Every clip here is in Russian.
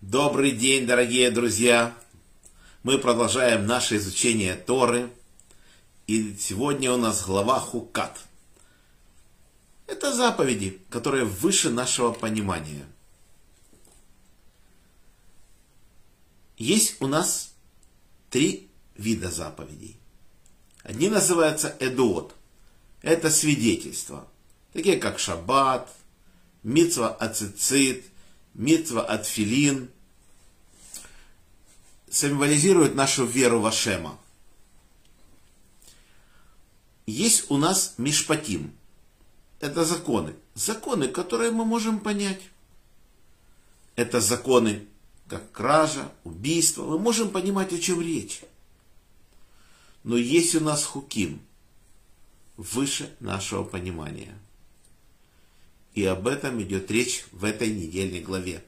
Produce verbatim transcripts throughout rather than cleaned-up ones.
Добрый день, дорогие друзья! Мы продолжаем наше изучение Торы. И сегодня у нас глава Хукат. Это заповеди, которые выше нашего понимания. Есть у нас три вида заповедей. Одни называются эдуот. Это свидетельства. Такие как шаббат, мицва ацицит, мицва атфилин. Символизируют нашу веру в Ашема. Есть у нас мишпатим. Это законы. Законы, которые мы можем понять. Это законы, как кража, убийство. Мы можем понимать, о чем речь. Но есть у нас хуким, выше нашего понимания. И об этом идет речь в этой недельной главе.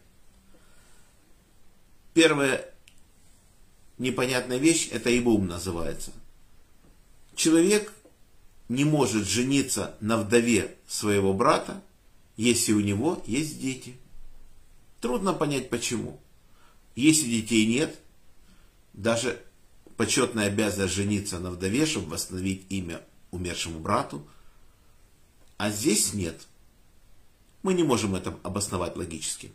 Первая непонятная вещь, это ибум называется. Человек не может жениться на вдове своего брата, если у него есть дети. Трудно понять почему. Если детей нет, даже почетная обязанность жениться на вдове, чтобы восстановить имя умершему брату, а здесь нет. Мы не можем это обосновать логически.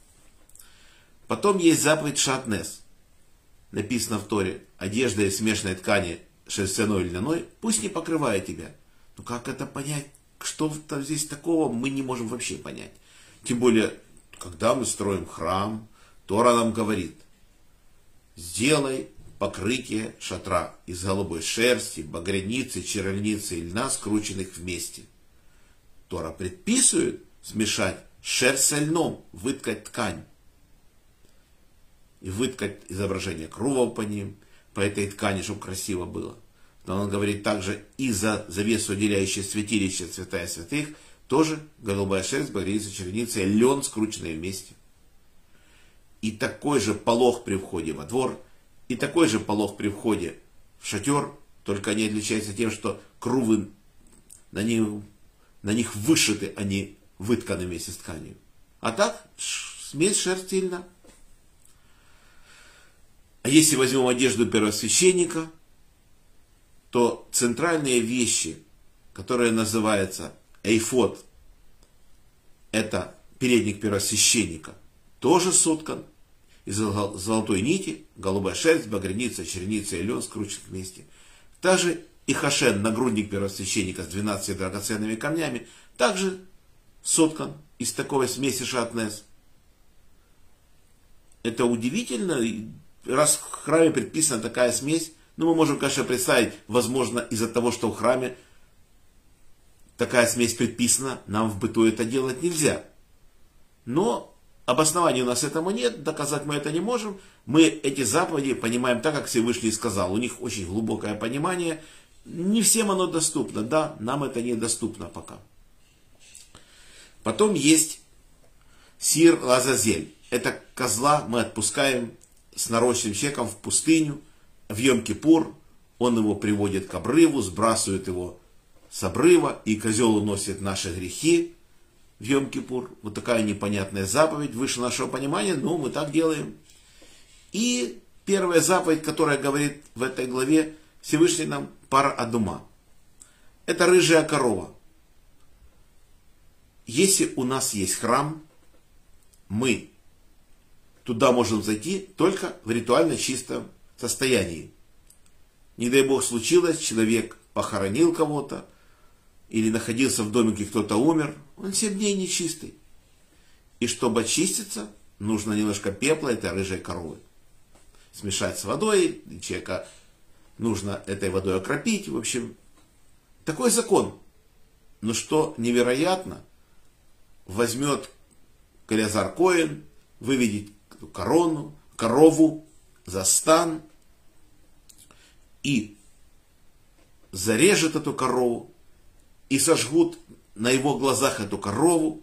Потом есть заповедь шатнес. Написано в Торе: одежда из смешанной ткани, шерстяной или льняной, пусть не покрывает тебя. Но как это понять? Что там здесь такого, мы не можем вообще понять. Тем более, когда мы строим храм, Тора нам говорит: сделай покрытие шатра из голубой шерсти, багряницы, червяницы и льна, скрученных вместе. Тора предписывает смешать шерсть со льном, выткать ткань. И выткать изображение крувов по ним, по этой ткани, чтобы красиво было. Но он говорит также и за завесу, отделяющую святилище, святая святых, тоже голубая шерсть, багряница, червяница и лен, скрученные вместе. И такой же полог при входе во двор, и такой же полог при входе в шатер, только они отличаются тем, что крувы на них, на них вышиты, они вытканы вместе с тканью. А так, смесь шерсти и льна. А если возьмем одежду первосвященника, то центральные вещи, которые называются эйфод, это передник первосвященника, тоже соткан из золотой нити, голубая шерсть, багряница, черница и лен скручен вместе. Также и хашен, нагрудник первосвященника с двенадцатью драгоценными камнями, также соткан из такой смеси шатнес. Это удивительно. Раз в храме предписана такая смесь, ну мы можем, конечно, представить, возможно, из-за того, что в храме такая смесь предписана, нам в быту это делать нельзя. Но обоснований у нас этому нет, доказать мы это не можем. Мы эти заповеди понимаем так, как Всевышний сказал. У них очень глубокое понимание. Не всем оно доступно, да, нам это недоступно пока. Потом есть сир лазазель. Это козла мы отпускаем с нарочным человеком в пустыню, в Йом-Кипур. Он его приводит к обрыву, сбрасывает его с обрыва, и козел уносит наши грехи в Йом-Кипур. Вот такая непонятная заповедь, выше нашего понимания, но мы так делаем. И первая заповедь, которая говорит в этой главе, Всевышний нам пара адума. Это рыжая корова. Если у нас есть храм, мы туда можем зайти только в ритуально чистом состоянии. Не дай Бог случилось, человек похоронил кого-то, или находился в домике, кто-то умер, он семь дней нечистый. И чтобы очиститься, нужно немножко пепла этой рыжей коровы смешать с водой, и человека нужно этой водой окропить. В общем, такой закон. Но что невероятно, возьмет Элиазар Коэн, выведет корону, корову за стан и зарежет эту корову, и сожгут на его глазах эту корову,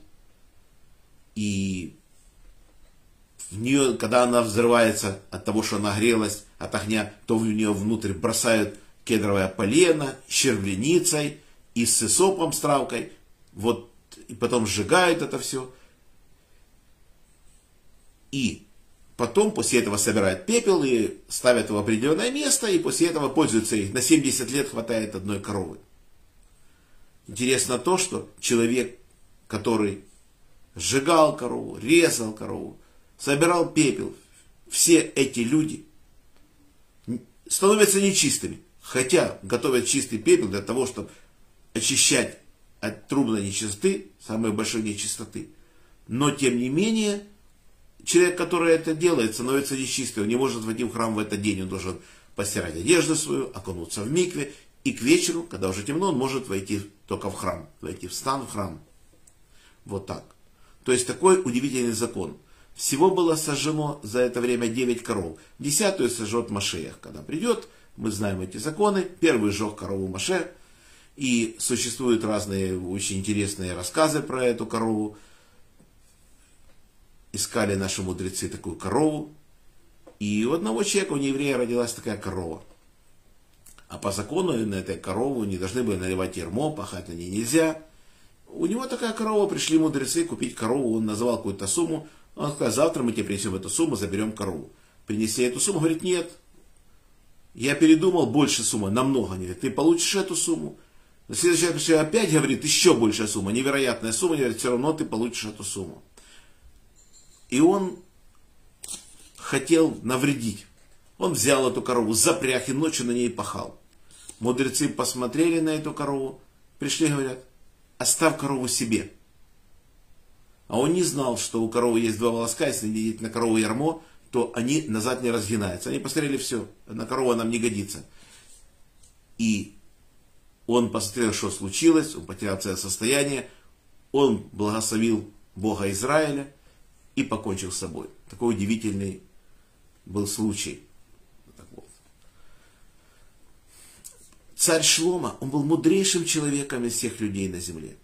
и в нее, когда она взрывается от того, что нагрелась от огня, то в нее внутрь бросают кедровое полено с червленицей и с сопом, с травкой, вот, и потом сжигают это все. И потом после этого собирают пепел и ставят его в определенное место, и после этого пользуются их. На семьдесят лет хватает одной коровы. Интересно то, что человек, который сжигал корову, резал корову, собирал пепел, все эти люди становятся нечистыми. Хотя готовят чистый пепел для того, чтобы очищать от трубной нечистоты, самой большой нечистоты. Но тем не менее, человек, который это делает, становится нечистым. Он не может войти в храм в этот день. Он должен постирать одежду свою, окунуться в микве. И к вечеру, когда уже темно, он может войти только в храм. Войти в стан в храм. Вот так. То есть такой удивительный закон. Всего было сожжено за это время девять коров. Десятую сожжет Машиах. Когда придет, мы знаем эти законы. Первый сжег корову Моше. И существуют разные очень интересные рассказы про эту корову. Искали наши мудрецы такую корову. И у одного человека, у нееврея, родилась такая корова. А по закону на этой корову не должны были наливать ярмо, пахать на ней нельзя. У него такая корова, пришли мудрецы купить корову, он назвал какую-то сумму. Он сказал, завтра мы тебе принесем эту сумму, заберем корову. Принесли эту сумму, говорит, нет. Я передумал, больше суммы, намного. Говорит, ты получишь эту сумму. На следующий раз опять говорит, еще большая сумма, невероятная сумма. Говорит, все равно ты получишь эту сумму. И он хотел навредить. Он взял эту корову, запряг и ночью на ней пахал. Мудрецы посмотрели на эту корову, пришли и говорят, оставь корову себе. А он не знал, что у коровы есть два волоска, если надеть на корову ярмо, то они назад не разгинаются. Они посмотрели, все, на корову нам не годится. И он посмотрел, что случилось, он потерял целое состояние, он благословил Бога Израиля и покончил с собой. Такой удивительный был случай. Царь Шломо, он был мудрейшим человеком из всех людей на земле.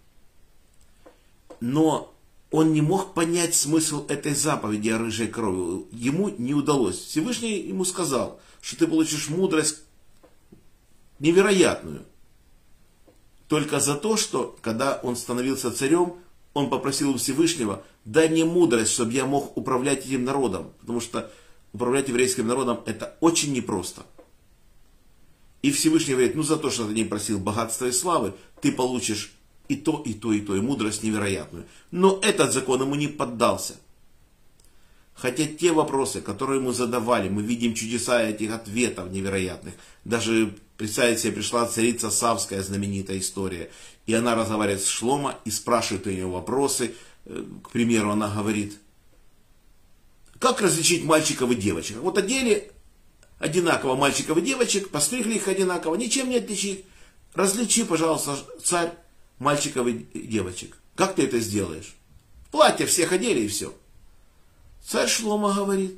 Но он не мог понять смысл этой заповеди о рыжей корове. Ему не удалось. Всевышний ему сказал, что ты получишь мудрость невероятную. Только за то, что, когда он становился царем, он попросил у Всевышнего, дай мне мудрость, чтобы я мог управлять этим народом. Потому что управлять еврейским народом это очень непросто. И Всевышний говорит, ну за то, что ты не просил богатства и славы, ты получишь и то, и то, и то, и мудрость невероятную. Но этот закон ему не поддался. Хотя те вопросы, которые ему задавали, мы видим чудеса этих ответов невероятных. Даже, представить себе, пришла царица Савская, знаменитая история, и она разговаривает с Шломо и спрашивает у него вопросы. К примеру, она говорит, как различить мальчиков и девочек? Вот одели одинаково мальчиков и девочек, постригли их одинаково, ничем не отличить. Различи, пожалуйста, царь, мальчиков и девочек. Как ты это сделаешь? Платья всех одели и все. Царь Шломо говорит,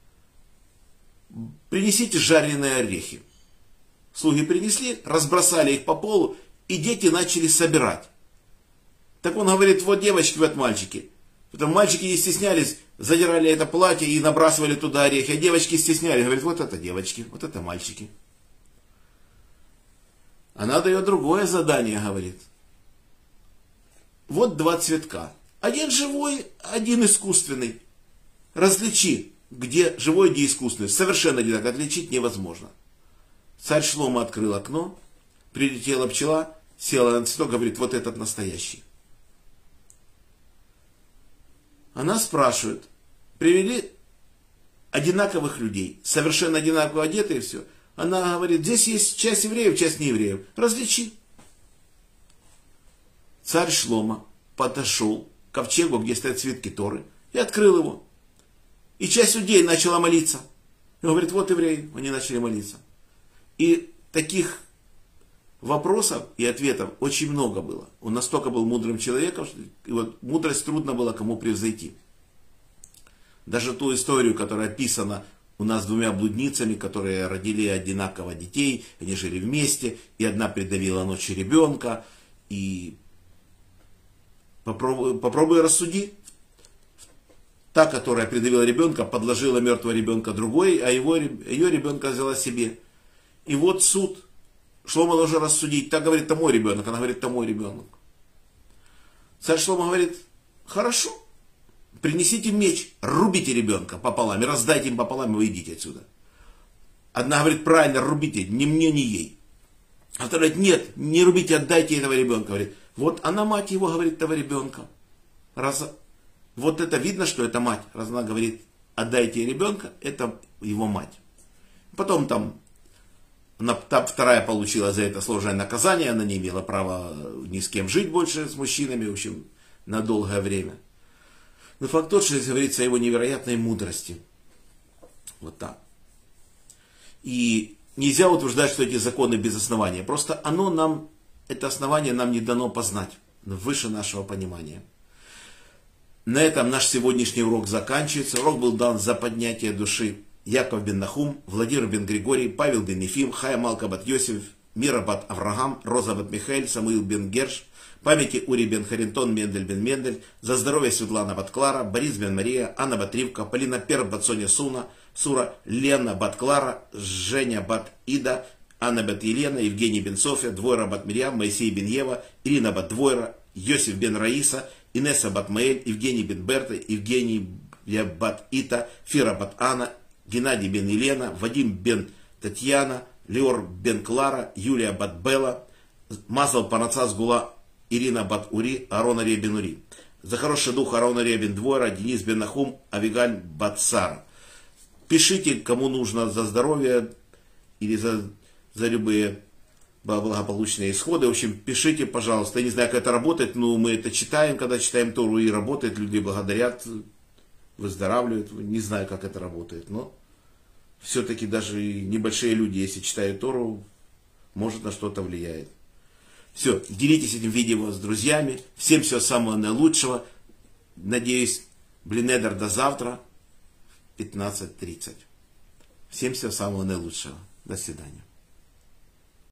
принесите жареные орехи. Слуги принесли, разбросали их по полу, и дети начали собирать. Так он говорит, вот девочки, вот мальчики. Потом мальчики не стеснялись, задирали это платье и набрасывали туда орехи, а девочки стеснялись. Говорит, вот это девочки, вот это мальчики. Она дает другое задание, говорит. Вот два цветка. Один живой, один искусственный. Различи, где живой, где искусственный. Совершенно одинаково, отличить невозможно. Царь Шломо открыл окно, прилетела пчела, села на цветок, говорит, вот этот настоящий. Она спрашивает, привели одинаковых людей, совершенно одинаково одетые, все. Она говорит, здесь есть часть евреев, часть неевреев. Различи. Царь Шломо подошел к ковчегу, где стоят свитки Торы, и открыл его. И часть людей начала молиться. И он говорит, вот евреи, они начали молиться. И таких вопросов и ответов очень много было. Он настолько был мудрым человеком, что и вот мудрость трудно было кому превзойти. Даже ту историю, которая описана у нас двумя блудницами, которые родили одинаково детей, они жили вместе, и одна придавила ночью ребенка, и попробуй, попробуй рассуди. Та, которая придавила ребенка, подложила мертвого ребенка другой, а его, ее ребенка взяла себе. И вот суд. Шломо должен рассудить. Так говорит, это мой ребенок. Она говорит, это мой ребенок. Царь Шломо говорит, хорошо. принесите меч, рубите ребенка пополам и раздайте им пополам, и вы идите отсюда. Одна говорит, правильно, рубите, ни мне, ни ей. А вторая говорит, нет, не рубите, отдайте этого ребенка. Говорит, вот она мать его, говорит, этого ребенка. Раз, вот это видно, что это мать. Раз она говорит, отдайте ребенка, это его мать. Потом там, она, там вторая получила за это сложное наказание, она не имела права ни с кем жить больше, с мужчинами, в общем, на долгое время. Но факт тот, что здесь говорится о его невероятной мудрости. Вот так. И нельзя утверждать, что эти законы без основания. Просто оно нам, это основание нам не дано познать, выше нашего понимания. На этом наш сегодняшний урок заканчивается. Урок был дан за поднятие души Яков бен Нахум, Владимир бен Григорий, Павел бен Ефим, Хая Малка бат Йосиф, Мира бат Авраам, Роза бат Михаэль, Самуил бен Герш, памяти Ури бен Харинтон, Мендель бен Мендель, за здоровье Светлана бат Клара, Борис бен Мария, Анна бат Ривка, Полина Перб бат Соня Суна, Сура, Лена бат Клара, Женя бат Ида, Анна бат Елена, Евгений бен София, Двойра бат Мирьям, Моисей бен Ева, Ирина бат Двойра, Йосиф бен Раиса, Инесса бат Маэль, Евгений бен Берта, Евгений бат Ита, Фира бат Анна, Геннадий бен Елена, Вадим бен Татьяна, Леор бен Клара, Юлия бат Белла, Мазал Панацас Гула, Ирина бат Ури, Арон Ария бен Ури. За хороший дух Арон Ария бен Двойра, Денис бен Нахум, Авигаль бат Сара. Пишите, кому нужно за здоровье или за, за любые благополучные исходы. В общем, пишите, пожалуйста. Я не знаю, как это работает, но мы это читаем, когда читаем Тору, и работает. Люди благодарят, выздоравливают. Не знаю, как это работает, но все-таки даже небольшие люди, если читают Тору, может на что-то влияет. Все, делитесь этим видео с друзьями. Всем всего самого наилучшего. Надеюсь, Блинедер до завтра. пятнадцать тридцать. Всем всего самого наилучшего. До свидания.